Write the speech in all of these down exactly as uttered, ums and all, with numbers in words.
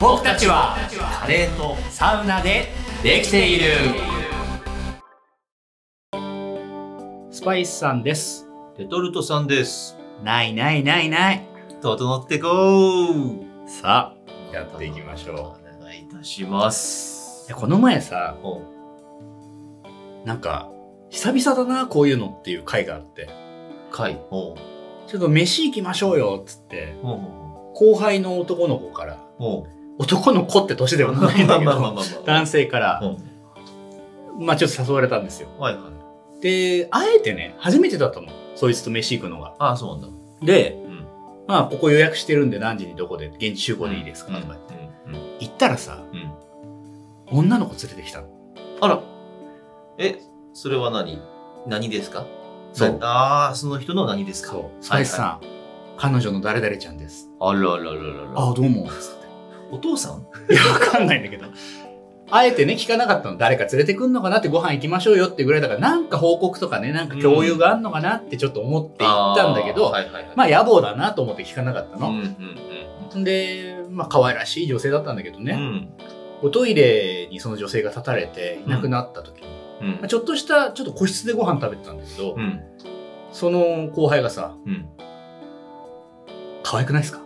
僕たちはカレーとサウナでできている。スパイスさんです。 レトルトさんです。 ないないないない。 整ってこう。 さあ、やっていきましょう。 お願いいたします。 この前さ、なんか久々だなこういうのっていう回があって、 回ちょっと飯行きましょうよっつって、後輩の男の子から、男の子って年ではないんだけど男性から、まあちょっと誘われたんですよ。 はいはい。 で、あえてね、初めてだったの。そいつと飯行くのが。 ああ、そうなんだ。 で、うん、まあここ予約してるんで何時にどこで現地集合でいいですか、うん、とか言って、うんうん、行ったらさ、うん、女の子連れてきたの。 あら。え、それは何何ですか？ そう。 ああ、その人の何ですか？ そう。スパイスさん、はいはい、彼女の誰々ちゃんです。 あらららららら。 ああ、どうも。つって。 お父さん？ いや、わかんないんだけど。あえてね、聞かなかったの。誰か連れてくんのかなって、ご飯行きましょうよってぐらいだから、なんか報告とかね、なんか共有があんのかなってちょっと思って行ったんだけど、まあ野暮だなと思って聞かなかったの。うんうんうん、で、まあ可愛らしい女性だったんだけどね、うん、おトイレにその女性が立たれていなくなった時に、うんまあ、ちょっとした、ちょっと個室でご飯食べてたんだけど、うん、その後輩がさ、うん、可愛くないですか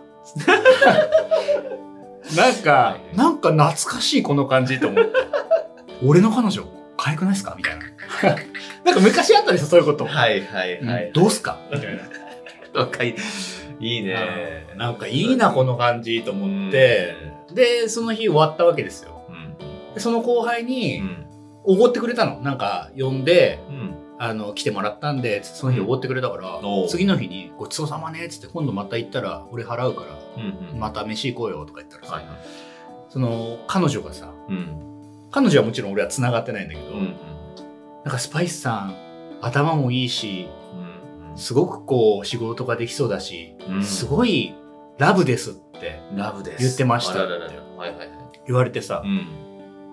なんか、なんか懐かしいこの感じと思って。俺の彼女、可愛くないですかみたいな。なんか昔あったでしょ、そういうこと。 はいはいはい。 うん、どうすかみたいな。 若い。いいね。 なんかいいな、この感じと思って。で、その日終わったわけですよ。うん、でその後輩に、おごってくれたの。なんか呼んで、うんあの、来てもらったんで、その日おごってくれたから、うん、次の日にごちそうさまねっつって今度また行ったら俺払うから、うんうん、また飯行こうよとか言ったらさ、はいはい、その彼女がさ、うん、彼女はもちろん俺は繋がってないんだけど、うんうん、なんかスパイスさん頭もいいし、うんうん、すごくこう仕事ができそうだし、うん、すごいラブですって言ってましたって言われてさ、うん、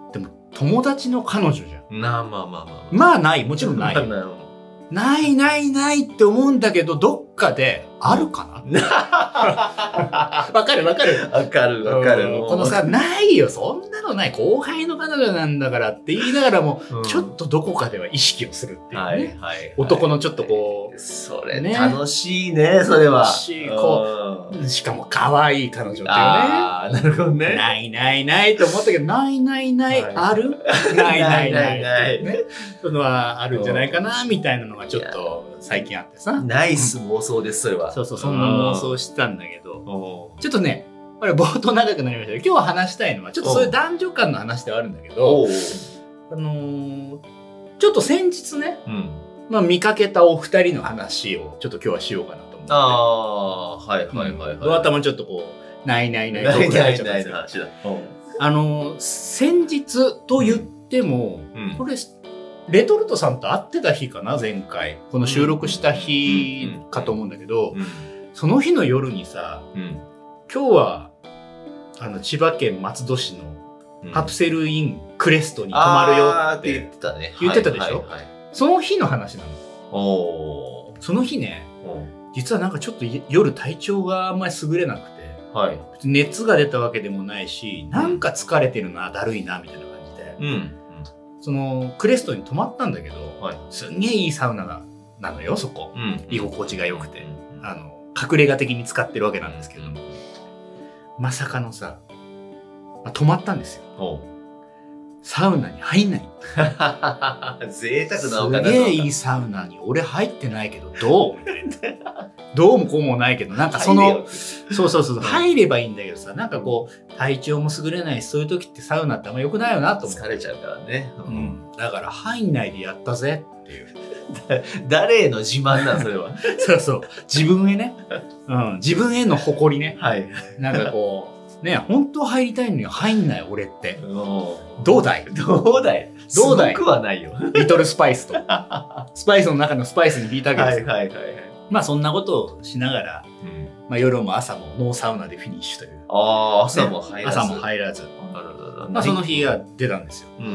でも友達の彼女じゃん。 なあまあまあまあ。 まあない。もちろんない。ないないないって思うんだけど、どっかであるかなわかるわかるわかるわかる。 このさ、ないよ。そんなのない。後輩の彼女なんだからって言いながらも、うん、ちょっとどこかでは意識をするっていうね。はいはいはい、男のちょっとこう。 それね。楽しいね、それは。 楽しい。こう、しかも可愛い彼女っていうね。 ああ、なるほどね。 ないないないと思ったけど、ないないない、はい、あるないないないない。ね。そのはあるんじゃないかな、みたいなのがちょっと最近あってさ。 ナイス妄想です、それは。 そうそう、そんな妄想してたんだけど、ちょっとね、これ冒頭長くなりましたけど、今日話したいのは、ちょっとそういう男女間の話ではあるんだけど、あのー、ちょっと先日ね、うん、まあ見かけたお二人の話をちょっと今日はしようかなと思って。 ああ、はいはいはい、はい。 頭ちょっとこう、ないないない、ないないないの話だ。あのー、先日と言っても、うん、これ、レトルトさんと会ってた日かな前回。この収録した日かと思うんだけど、その日の夜にさ、うん、今日は、あの、千葉県松戸市のカプセルインクレストに泊まるよって言ってたね。言ってたでしょ？その日の話なの。おその日ね、実はなんかちょっと夜体調があんまり優れなくて、はい、熱が出たわけでもないし、なんか疲れてるな、だるいな、みたいな感じで。うんそのクレストに泊まったんだけど、はい、すんげえいいサウナがなのよそこ、うん、居心地が良くて、うん、あの隠れ家的に使ってるわけなんですけども、うん、まさかのさ、まあ、泊まったんですよ。サウナに入んない贅沢なお金すげえいいサウナに俺入ってないけどどうみたいなどうもこうもないけどなんかそのそうそうそう入ればいいんだけどさなんかこう体調も優れないしそういう時ってサウナってあんま良くないよなと思って疲れちゃうからね、 うん、だから入んないでやったぜっていう誰への自慢なんそれはそうそう自分へね、うん、自分への誇りね、はい、なんかこうね本当は入りたいのに入んない俺ってどうだいどうだいどうだいすごくはないよリトルスパイスとスパイスの中のスパイスに聞いたわけですよ。 はいはいはいはい、 まあそんなことをしながら、うんまあ、夜も朝もノーサウナでフィニッシュという。 ああ朝も入らず、 ね、朝も入らずまあその日が出たんですよ、うん、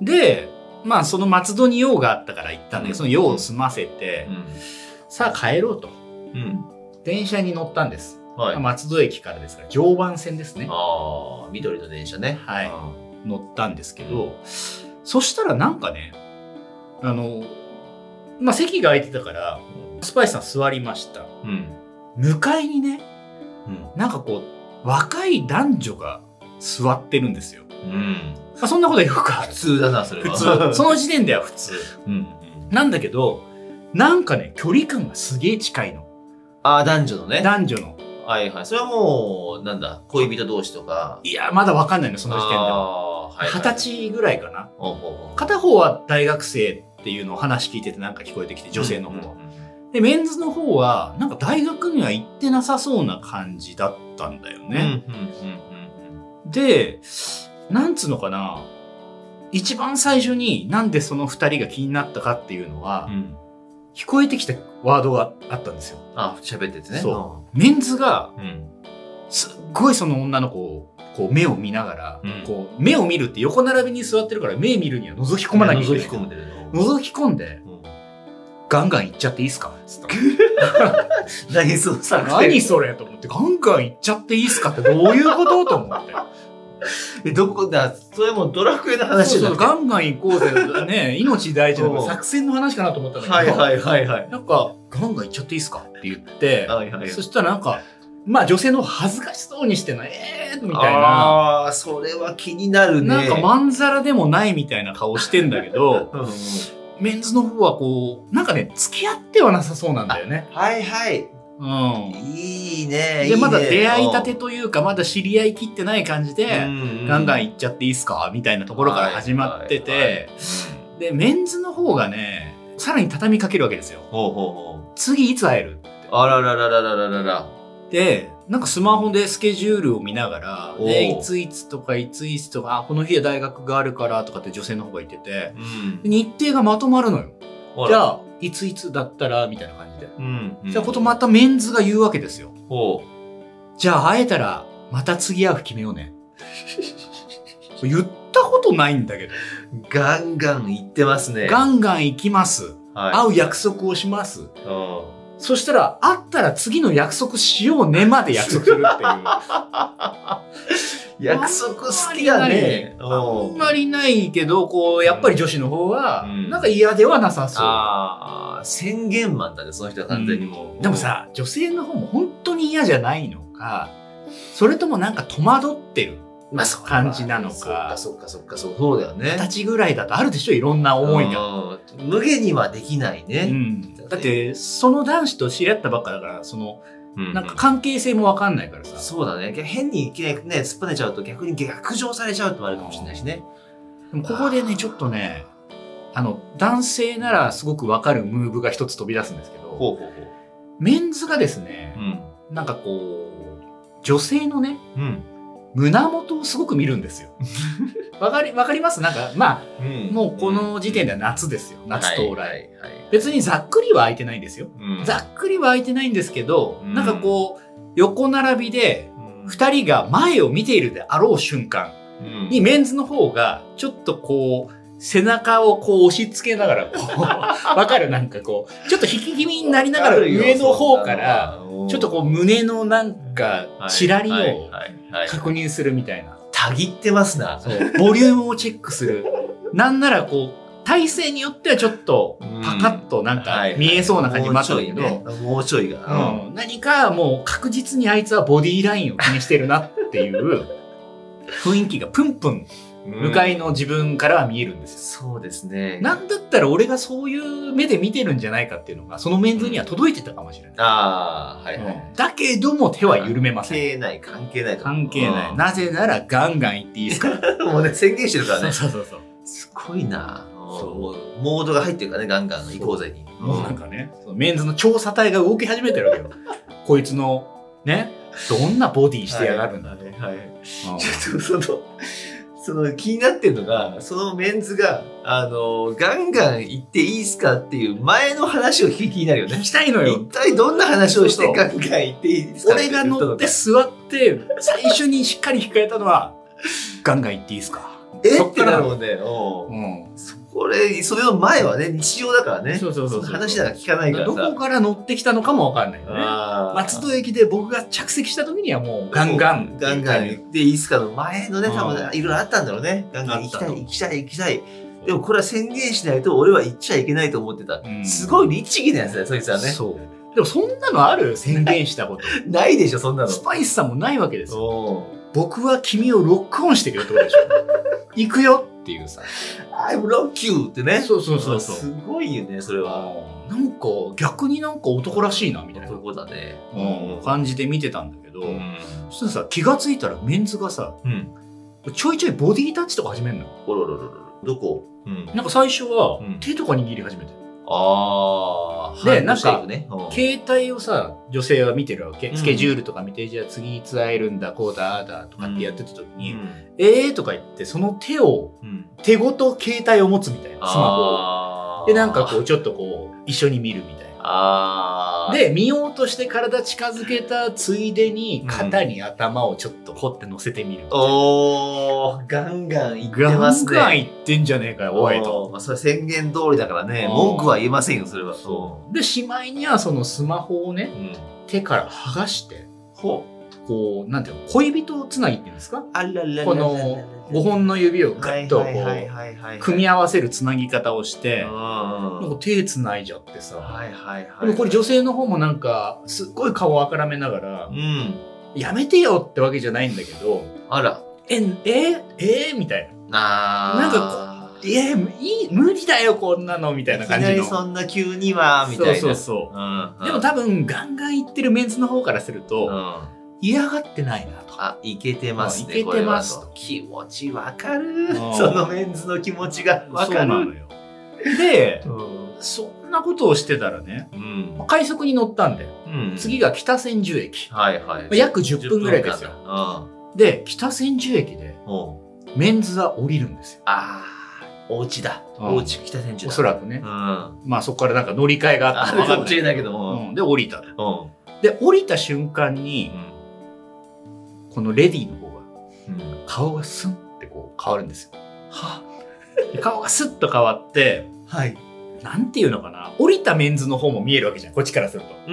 でまあその松戸に用があったから行ったんだけど、うん、その用を済ませて、うん、さあ帰ろうと、うん、電車に乗ったんです。 はい、松戸駅からですから常磐線ですね。 ああ、緑の電車ね。 はい。乗ったんですけど、うん、そしたらなんかね、あの、まあ、席が空いてたから、うん、スパイスさん座りました。うん、向かいにね、うん、なんかこう、若い男女が座ってるんですよ。うん、まあ、そんなことよくある。 普通だな、それは。 普通。その時点では普通。うん、なんだけど、なんかね、距離感がすげえ近いの。 ああ、男女のね。 男女の。 はいはい。それはもう、なんだ、恋人同士とか。 いや、まだわかんないの、その時点では。二十、はいはい、歳ぐらいかな。おうおうおう、片方は大学生っていうのを話聞いててなんか聞こえてきて、女性の方は。うんうんうん、で、メンズの方は、なんか大学には行ってなさそうな感じだったんだよね。で、なんつうのかな。一番最初になんでその二人が気になったかっていうのは、うん、聞こえてきたワードがあったんですよ。 あ、喋っててね。 そう。メンズが、うん、すっごいその女の子をこう目を見ながら、うん、こう目を見るって横並びに座ってるから目見るには覗き込まなきゃいけない。覗き込んでるの。覗き込んで、うん、ガンガンいっちゃっていいっすかつった何それ何それと思って、ガンガンいっちゃっていいっすかってどういうことと思って。 え、どこだ、それもドラクエの話だ。そうそう、ガンガン行こうぜ。ね、命大事な作戦の話かなと思ったんだけど。 はいはいはいはい。 なんか、ガンガン行っちゃっていいっすかって言って、はいはいはい、そしたらなんか、まあ女性の恥ずかしそうにしての、えーみたいな。 ああ、それは気になるね。 なんかまんざらでもないみたいな顔してんだけど、うん、メンズの方はこう、なんかね、付き合ってはなさそうなんだよね。 はいはい。うん、いいね。 で、まだ出会いたてというか、まだ知り合いきってない感じで、ガンガン行っちゃっていいっすかみたいなところから始まってて、で、メンズの方がね、さらに畳みかけるわけですよ。ほうほうほう、次いつ会えるって。 あらららららららら。 で、なんかスマホでスケジュールを見ながら、で、いついつとかいついつとか、あ、この日は大学があるからとかって女性の方が言ってて、うん、日程がまとまるのよ。じゃあ、いついつだったらみたいな感じで。うんうん、じゃあ、ことまたメンズが言うわけですよ。じゃあ、会えたら、また次会う日決めようね。言ったことないんだけど。 ガンガン言ってますね。 ガンガン行きます。はい、会う約束をします。そしたら、会ったら次の約束しようねまで約束するっていう。 約束好きだね。 あんまりないけど、こう、やっぱり女子の方は、なんか嫌ではなさそう。ああ、宣言マンだね、その人は完全にもう。 でもさ、女性の方も本当に嫌じゃないのか、それともなんか戸惑ってる感じなのか。 そっかそっかそっか、そうだよね。 二十歳ぐらいだとあるでしょ、いろんな思いが。 無限にはできないね。 だって、その男子と知り合ったばっかだから、その、なんか関係性もわかんないからさ。 そうだね。変にね、突っぱねちゃうと逆に逆上されちゃうってもあるかもしれないしね。 でもここでね、ちょっとね、あの、男性ならすごくわかるムーブが一つ飛び出すんですけど、ほうほうほう、メンズがですね、うん、なんかこう、女性のね、うん、胸元をすごく見るんですよ。わかり、わかりますなんか、まあ、うん、もうこの時点では夏ですよ。夏到来。はいはいはい、別にざっくりは空いてないんですよ。うん、ざっくりは空いてないんですけど、うん、なんかこう、横並びで、二人が前を見ているであろう瞬間に、メンズの方が、ちょっとこう、背中をこう押し付けながら、こう、わかるなんかこう、ちょっと引き気味になりながら上の方から、ちょっとこう胸のなんか、チラリを確認するみたいな。 たぎってますな。 そう。ボリュームをチェックする。なんならこう、体勢によってはちょっとパカッとなんか見えそうな感じもあったけど、 もうちょいが、 うん、何かもう確実にあいつはボディラインを気にしてるなっていう雰囲気がプンプン向かいの自分からは見えるんですよ。そうですね。 なんだったら俺がそういう目で見てるんじゃないかっていうのがそのメンズには届いてたかもしれない。うん、ああ、はいはい、うん。だけども手は緩めません。 関係ない、関係ない。 関係ない。うん、なぜならガンガン言っていいですから。 もうね、宣言してるからね。 そうそうそう。 すごいな。そうモードが入ってるからね、ガンガン行こうぜに。 もうなんかね、そのメンズの調査隊が動き始めてるわけよ。こいつの、ね、どんなボディしてやがるんだと。はいはい、はい。 ちょっとその、その気になってるのが、そのメンズが、あの、ガンガン行っていいっすかっていう前の話を聞き気になるよね。 聞きたいのよ。 一体どんな話をしてガンガン行っていいですか？ 俺が乗って座って、最初にしっかり控えたのは、ガンガン行っていいっすか？ えってなるもんね。うん。そこれ、それの前はね、日常だからね。 そうそうそうそう。 話なんか聞かないからさ。 どこから乗ってきたのかもわかんないよね。松戸駅で僕が着席した時にはもうガンガン。 ガンガン行っていいっすかの前のね、多分いろいろあったんだろうね。ガンガン行きたい、行きたい、行きたい。でもこれは宣言しないと俺は行っちゃいけないと思ってた。すごい律儀なやつだよ、そいつはね。 そう。でもそんなのある？宣言したこと。 ないでしょ、そんなの。 スパイスさんもないわけですよ。僕は君をロックオンしてるよってことでしょ。行くよっていうさ。 I'm rock you ってね。 そうそうそうそう。 すごいよね、それは。 なんか逆になんか男らしいなみたいな。 男だね。 うん。感じで見てたんだけど、そしたらさ、気がついたらメンズがさ、ちょいちょいボディタッチとか始めるのよ。 おろろろろ。どこ？ なんか最初は手とか握り始めて。 ああ。で、なんか、携帯をさ、女性は見てるわけ。スケジュールとか見て、じゃあ次いつ会えるんだ、こうだ、ああだ、とかってやってた時に、ええとか言って、その手を、手ごと携帯を持つみたいな、スマホを。で、なんかこう、ちょっとこう、一緒に見るみたいな。で、見ようとして体近づけたついでに、肩に頭をちょっと掘って乗せてみる。 おー、ガンガンいってますね。 ガンガンいってんじゃねえかよ、おいと。 まあ、それ宣言通りだからね、文句は言えませんよ、それは。 で、しまいにはそのスマホをね、手から剥がして、こう、なんていうの、恋人つなぎっていうんですか？このごほんの指をグッとこう、組み合わせるつなぎ方をして、なんか手つないじゃってさ。でもこれ女性の方もなんか、すっごい顔をあからめながら、やめてよってわけじゃないんだけど、 あら。 え、え、えみたいな。なんかこう、え、いい、無理だよ、こんなの、みたいな感じの。 いきなりそんな急には、みたいな。 そうそうそう。でも多分、ガンガンいってるメンズの方からすると、嫌がってないなと。 あ、いけてますね。 いけてますと。 気持ちわかる。そのメンズの気持ちがわかる。 で、そんなことをしてたらね、快速に乗ったんだよ。次が北千住駅。約じゅっぷんぐらいですよ。で、北千住駅で、メンズは降りるんですよ。 ああ、お家だ。お家、北千住だ。 おそらくね。まあそこからなんか乗り換えがあったのかもしれないけども。 で、降りた。で、降りた瞬間に、このレディーの方が、顔がスンってこう変わるんですよ。は顔がスッと変わって、はい。なんていうのかな。降りたメンズの方も見えるわけじゃん。こっちからすると。うん。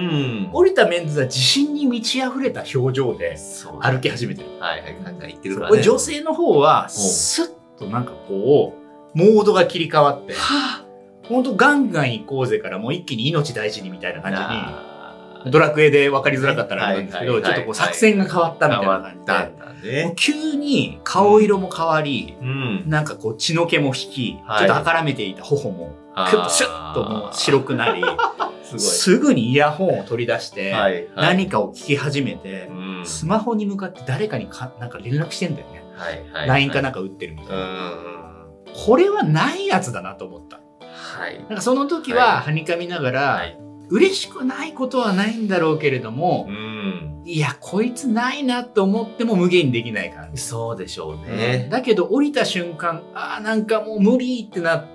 降りたメンズは自信に満ち溢れた表情で歩き始めてる。 はいはい。なんか言ってるからね。 女性の方は、スッとなんかこう、モードが切り替わって、ほんとガンガン行こうぜからもう一気に命大事にみたいな感じに、ドラクエで分かりづらかったらあれなんですけど、ちょっとこう作戦が変わったみたいな感じで、もう急に顔色も変わり、なんかこう血の気も引き、ちょっとあからめていた頬も、シュッともう白くなり、すぐにイヤホンを取り出して、何かを聞き始めて、スマホに向かって誰かにかなんか連絡してんだよね。ライン かなんか打ってるみたいな。これはないやつだなと思った。なんかその時ははにかみながら、嬉しくないことはないんだろうけれども、うん、いや、こいつないなと思っても無限にできない感じ。 そうでしょうね。 うん、だけど降りた瞬間、ああ、なんかもう無理ってなって、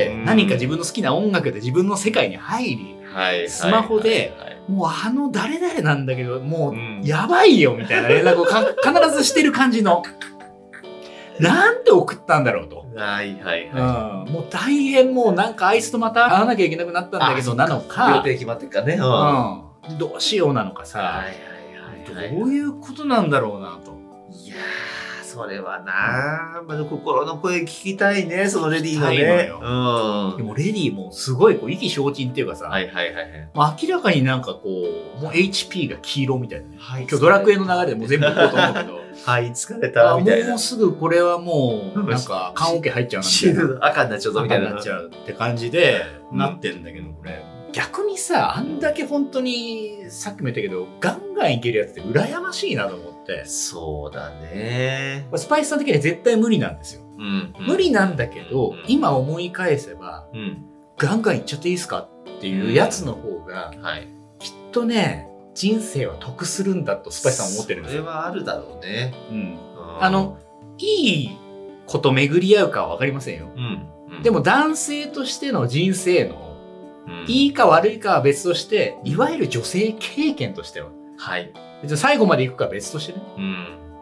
うん、何か自分の好きな音楽で自分の世界に入り、スマホで、もうあの誰々なんだけど、もうやばいよみたいな連絡をか必ずしてる感じの。なんで送ったんだろうと。 はいはいはい。 うん、もう大変もうなんかあいつとまた会わなきゃいけなくなったんだけどなのか。 予定決まってるかね。 うん。どうしようなのかさ。はいはいはい、どういうことなんだろうなと。 いやー、それはなー、まだ心の声聞きたいね、そのレディーのね。 うん。でもレディーもすごいこう意気消沈っていうかさ。はいはいはいはい。まあ、明らかになんかこう、もう エイチピー が黄色みたいなね。はい、今日ドラクエの流れでもう全部いこうと思うけど。 はい、疲れたみたいな。 もうすぐこれはもう、なんか、棺桶入っちゃうなみたいな。赤になっちゃうぞみたいな。 赤になっちゃうって感じで、なってんだけど、これ。逆にさ、あんだけ本当に、さっきも言ったけど、ガンガンいけるやつって羨ましいなと思って。 そうだね。 スパイスさん的には絶対無理なんですよ。うん、無理なんだけど、うん、今思い返せば、うん、ガンガンいっちゃっていいですかっていうやつの方が、うん、はい、きっとね、人生は得するんだとスパイスさん思ってるんですよ。 それはあるだろうね。 うん。あの、いいこと巡り合うかはわかりませんよ。うんうん、でも男性としての人生の、うん、いいか悪いかは別として、いわゆる女性経験としては。はい。最後まで行くかは別としてね。うん。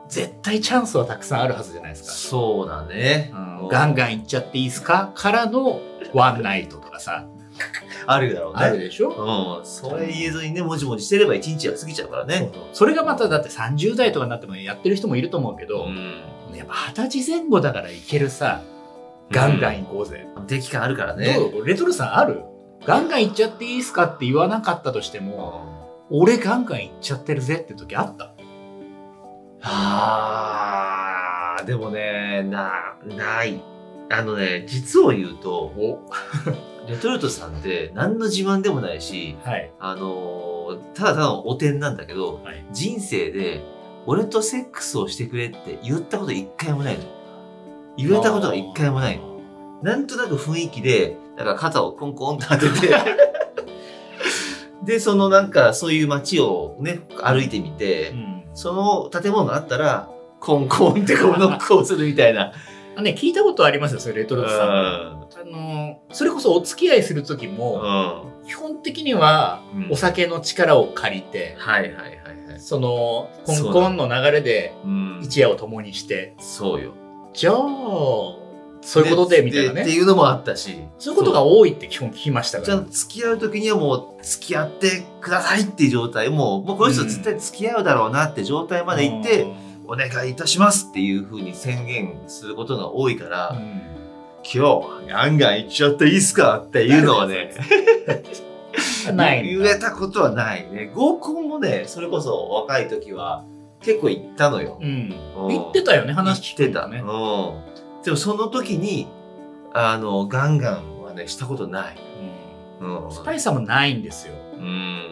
絶対チャンスはたくさんあるはずじゃないですか。 そうだね。 うん、ガンガンいっちゃっていいですかからのワンナイトとかさ。 あるだろうね。 あるでしょ。 うん。それ言えずにね、もじもじしてれば一日は過ぎちゃうからね。 そうそう。それがまただってさんじゅう代とかになってもやってる人もいると思うけど、うん、やっぱはたちぜん後だからいけるさ、ガンガン行こうぜ。 うん、敵感あるからね。 どうレトルさんある？ガンガン行っちゃっていいですかって言わなかったとしても、うん、俺ガンガン行っちゃってるぜって時あった？ あー、でもね、な、ない。あのね、実を言うと、レトルトさんって何の自慢でもないし、はい、あのー、ただただのお点なんだけど、はい、人生で俺とセックスをしてくれって言ったこと一回もないの。言えたことが一回もないの。なんとなく雰囲気で、なんか肩をコンコンと当てて、で、そのなんかそういう街をね、歩いてみて、うん、その建物があったら、コンコンってこうノックをするみたいな。 あね、聞いたことありますよ、それレトルトさん。あの、それこそお付き合いする時も、うん、基本的にはお酒の力を借りて、はいはいはいはい。その、コンコンの流れで一夜を共にして。 そうよ。 じゃあ、そういうことで、みたいなね。 っていうのもあったし。 そういうことが多いって基本聞きましたから。 じゃあ、付き合う時にはもう、付き合ってくださいっていう状態。もう、もうこの人絶対付き合うだろうなって状態まで行って、うんお願いいたしますっていう風に宣言することが多いから、うん、今日ガンガン行っちゃっていいっすかっていうのはねない言えたことはないね。合コンもね、それこそ若い時は結構行ったのよ。 うん、行ってたよね、話聞いてたね。 うん。でもその時にあのガンガンはねしたことない。 うんうん、スパイスさんもないんですよ。うん、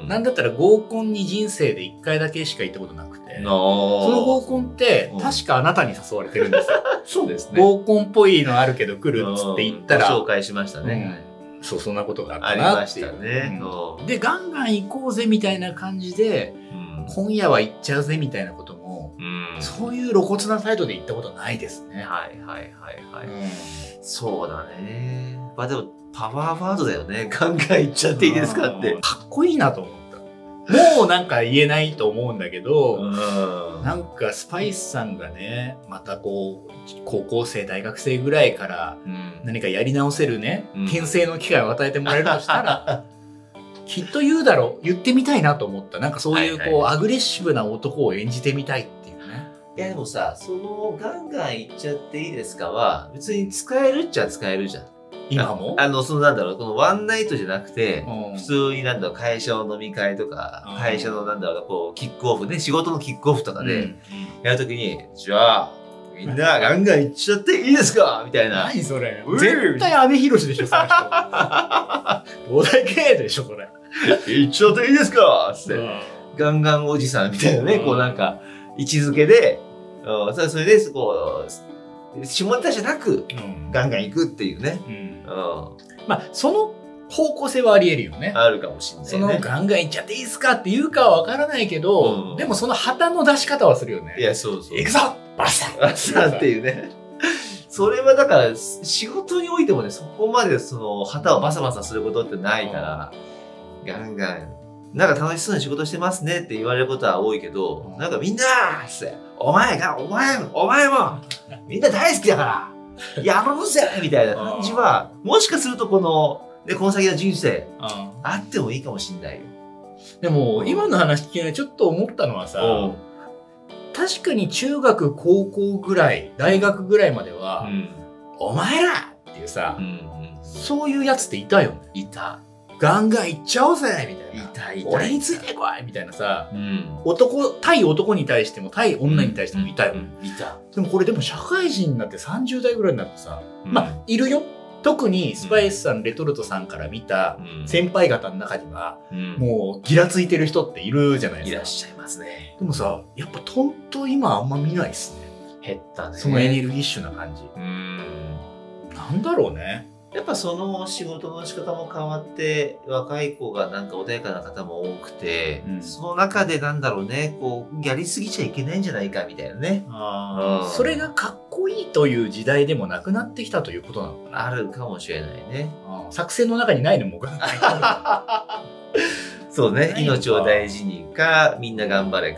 なんだったら合コンに人生でいっかいだけしか行ったことなくて、その合コンって確かあなたに誘われてるんですよ。 そうですね。 合コンっぽいのあるけど来るっつって言ったら、 紹介しましたね。 うん、そうそんなことがあったなっていう。ありましたね。うん、でガンガン行こうぜみたいな感じで、うん、今夜は行っちゃうぜみたいなことも、うん、そういう露骨な態度で行ったことないですね。 はいはいはいはい。うん、そうだね。まあでもパワーワードだよね。ガンガン行っちゃっていいですかって。 かっこいいなと思った。もうなんか言えないと思うんだけど、なんかスパイスさんがね、またこう、高校生、大学生ぐらいから何かやり直せるね、うん、転生の機会を与えてもらえるとしたら、きっと言うだろう、言ってみたいなと思った。なんかそういうこう、はいはい、アグレッシブな男を演じてみたいっていうね。 いやでもさ、そのガンガン行っちゃっていいですかは、別に使えるっちゃ使えるじゃん。 今もあの、そのなんだろう、このワンナイトじゃなくて、うん、普通になんだろう、会社の飲み会とか、うん、会社のなんだろう、こう、キックオフね、仕事のキックオフとかで、やるときに、じゃあ、みんなガンガン行っちゃっていいですかみたいな。 何それ絶対阿部寛でしょ、その人。東大系でしょ、それ。 行っちゃっていいですかつって、うん、ガンガンおじさんみたいなね、うん、こうなんか、位置づけで、うん、それで、こう、下ネタじゃなく、うん、ガンガン行くっていうね。うんうん、まあその方向性はありえるよね。 あるかもしれないね。 そのガンガンいっちゃっていいですかって言うかはわからないけど、うん、でもその旗の出し方はするよね。 いやそうそう。 行くぞバッバッっていうね。それはだから仕事においてもね、そこまでその旗をバサバサすることってないから、うん、ガンガンなんか楽しそうに仕事してますねって言われることは多いけど、うん、なんかみんなってお前がお前お前もみんな大好きだから。やろうぜみたいな感じは、もしかするとこの、ね、この先の人生、あってもいいかもしんないよ。 でも、今の話聞きながらちょっと思ったのはさ、確かに中学、高校ぐらい、大学ぐらいまでは、うん、お前らっていうさ、うんうん、そういうやつっていたよね。 いた。 ガンガンいっちゃおうぜみたいな。 いたいた。 俺についてこいみたいなさ、うん、男、対男に対しても対女に対してもいたよ。 いた。 でもこれでも社会人になってさんじゅう代ぐらいになってさ、うん、まあ、いるよ。特にスパイスさん、うん、レトルトさんから見た先輩方の中には、うん、もうギラついてる人っているじゃないですか。 いらっしゃいますね。 でもさ、やっぱとんと今あんま見ないっすね。 減ったね。 そのエネルギッシュな感じ。うん。なんだろうね。 やっぱその仕事の仕方も変わって若い子がなんか穏やかな方も多くて、うん、その中でなんだろうねこうやりすぎちゃいけないんじゃないかみたいなね。 あ、うん、それがかっこいいという時代でもなくなってきたということなのかな。 あるかもしれないね。 あ、作戦の中にないのもそうね、命を大事にかみんな頑張れか。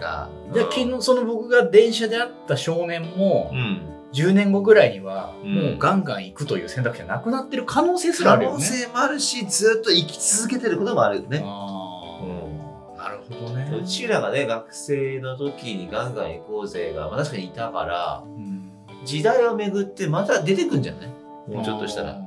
で、昨日、その僕が電車で会った少年も、 うん。 じゅうねんごぐらいには、もうガンガン行くという選択肢がなくなってる可能性すらあるよね。 可能性もあるし、ずっと生き続けてることもあるよね。 あうん、なるほどね。 うちらがね、学生の時にガンガン行こうぜが、まあ、確かにいたから、うん、時代を巡ってまた出てくんじゃない？もうちょっとしたら。うん、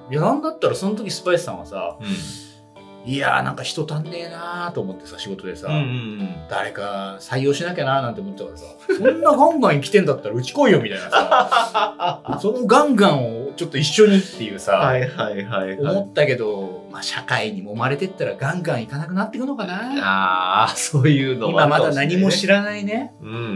いや、なんだったらその時スパイスさんはさ、うん、いやーなんか人足んねえなーと思ってさ、仕事でさ、うんうんうん、誰か採用しなきゃなーなんて思ってたからさ、そんなガンガン生きてんだったらうち来いよみたいなさ、そのガンガンをちょっと一緒にっていうさ、 はいはいはい、はい、 思ったけど、まあ、社会に揉まれてったらガンガン行かなくなっていくのかな。 ああ、そういうのもあるかもしれないね。今まだ何も知らないね。 うんうんうん。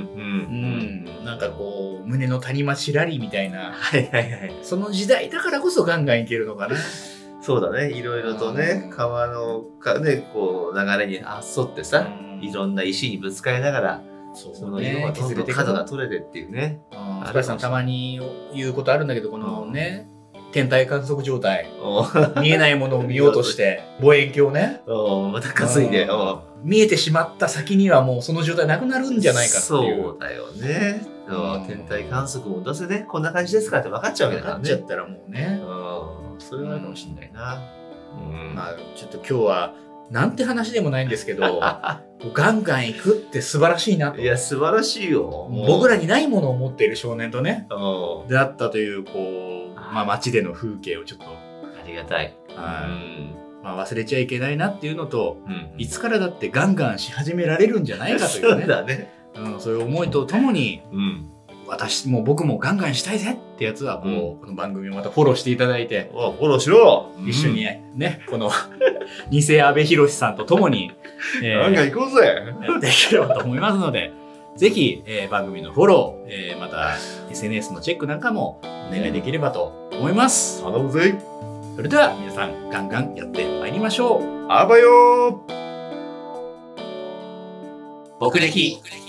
なんかこう、胸の谷間ちらりみたいな。 はいはいはい。 その時代だからこそガンガン行けるのかな。 そうだね。いろいろとね、川のか、ね、こう流れに沿ってさ、いろんな石にぶつかりながら、そ, その色がどんどん角が取れてっていうね。 スパイスさんたまに言うことあるんだけど、このね、天体観測状態。見えないものを見ようとして、望遠鏡ね。 また担いで。 見えてしまった先にはもうその状態なくなるんじゃないかっていう。 そうだよね。天体観測もどうせね、こんな感じですかって分かっちゃうわけだからね。 分かっちゃったらもうね。 それはあるかもしれないな。 まあ、ちょっと今日は、なんて話でもないんですけど、ガンガン行くって素晴らしいなと。 いや、素晴らしいよ。 僕らにないものを持っている少年とね、出会ったという、こう、まあ街での風景をちょっと。 ありがたい。 はい。まあ忘れちゃいけないなっていうのと、いつからだってガンガンし始められるんじゃないかというね。 そうだね。 うん、そういう思いとともに、私も僕もガンガンしたいぜってやつは、こう、この番組をまたフォローしていただいて。 フォローしろ！ 一緒にね、この、偽阿部寛さんと共に、 ガンガン行こうぜ！ やっていければと思いますので、ぜひ、えー、番組のフォロー、えー、また エスエヌエス のチェックなんかもお願いできればと思います。 頼むぜ！ それでは皆さんガンガンやってまいりましょう。 あばよー！ 僕歴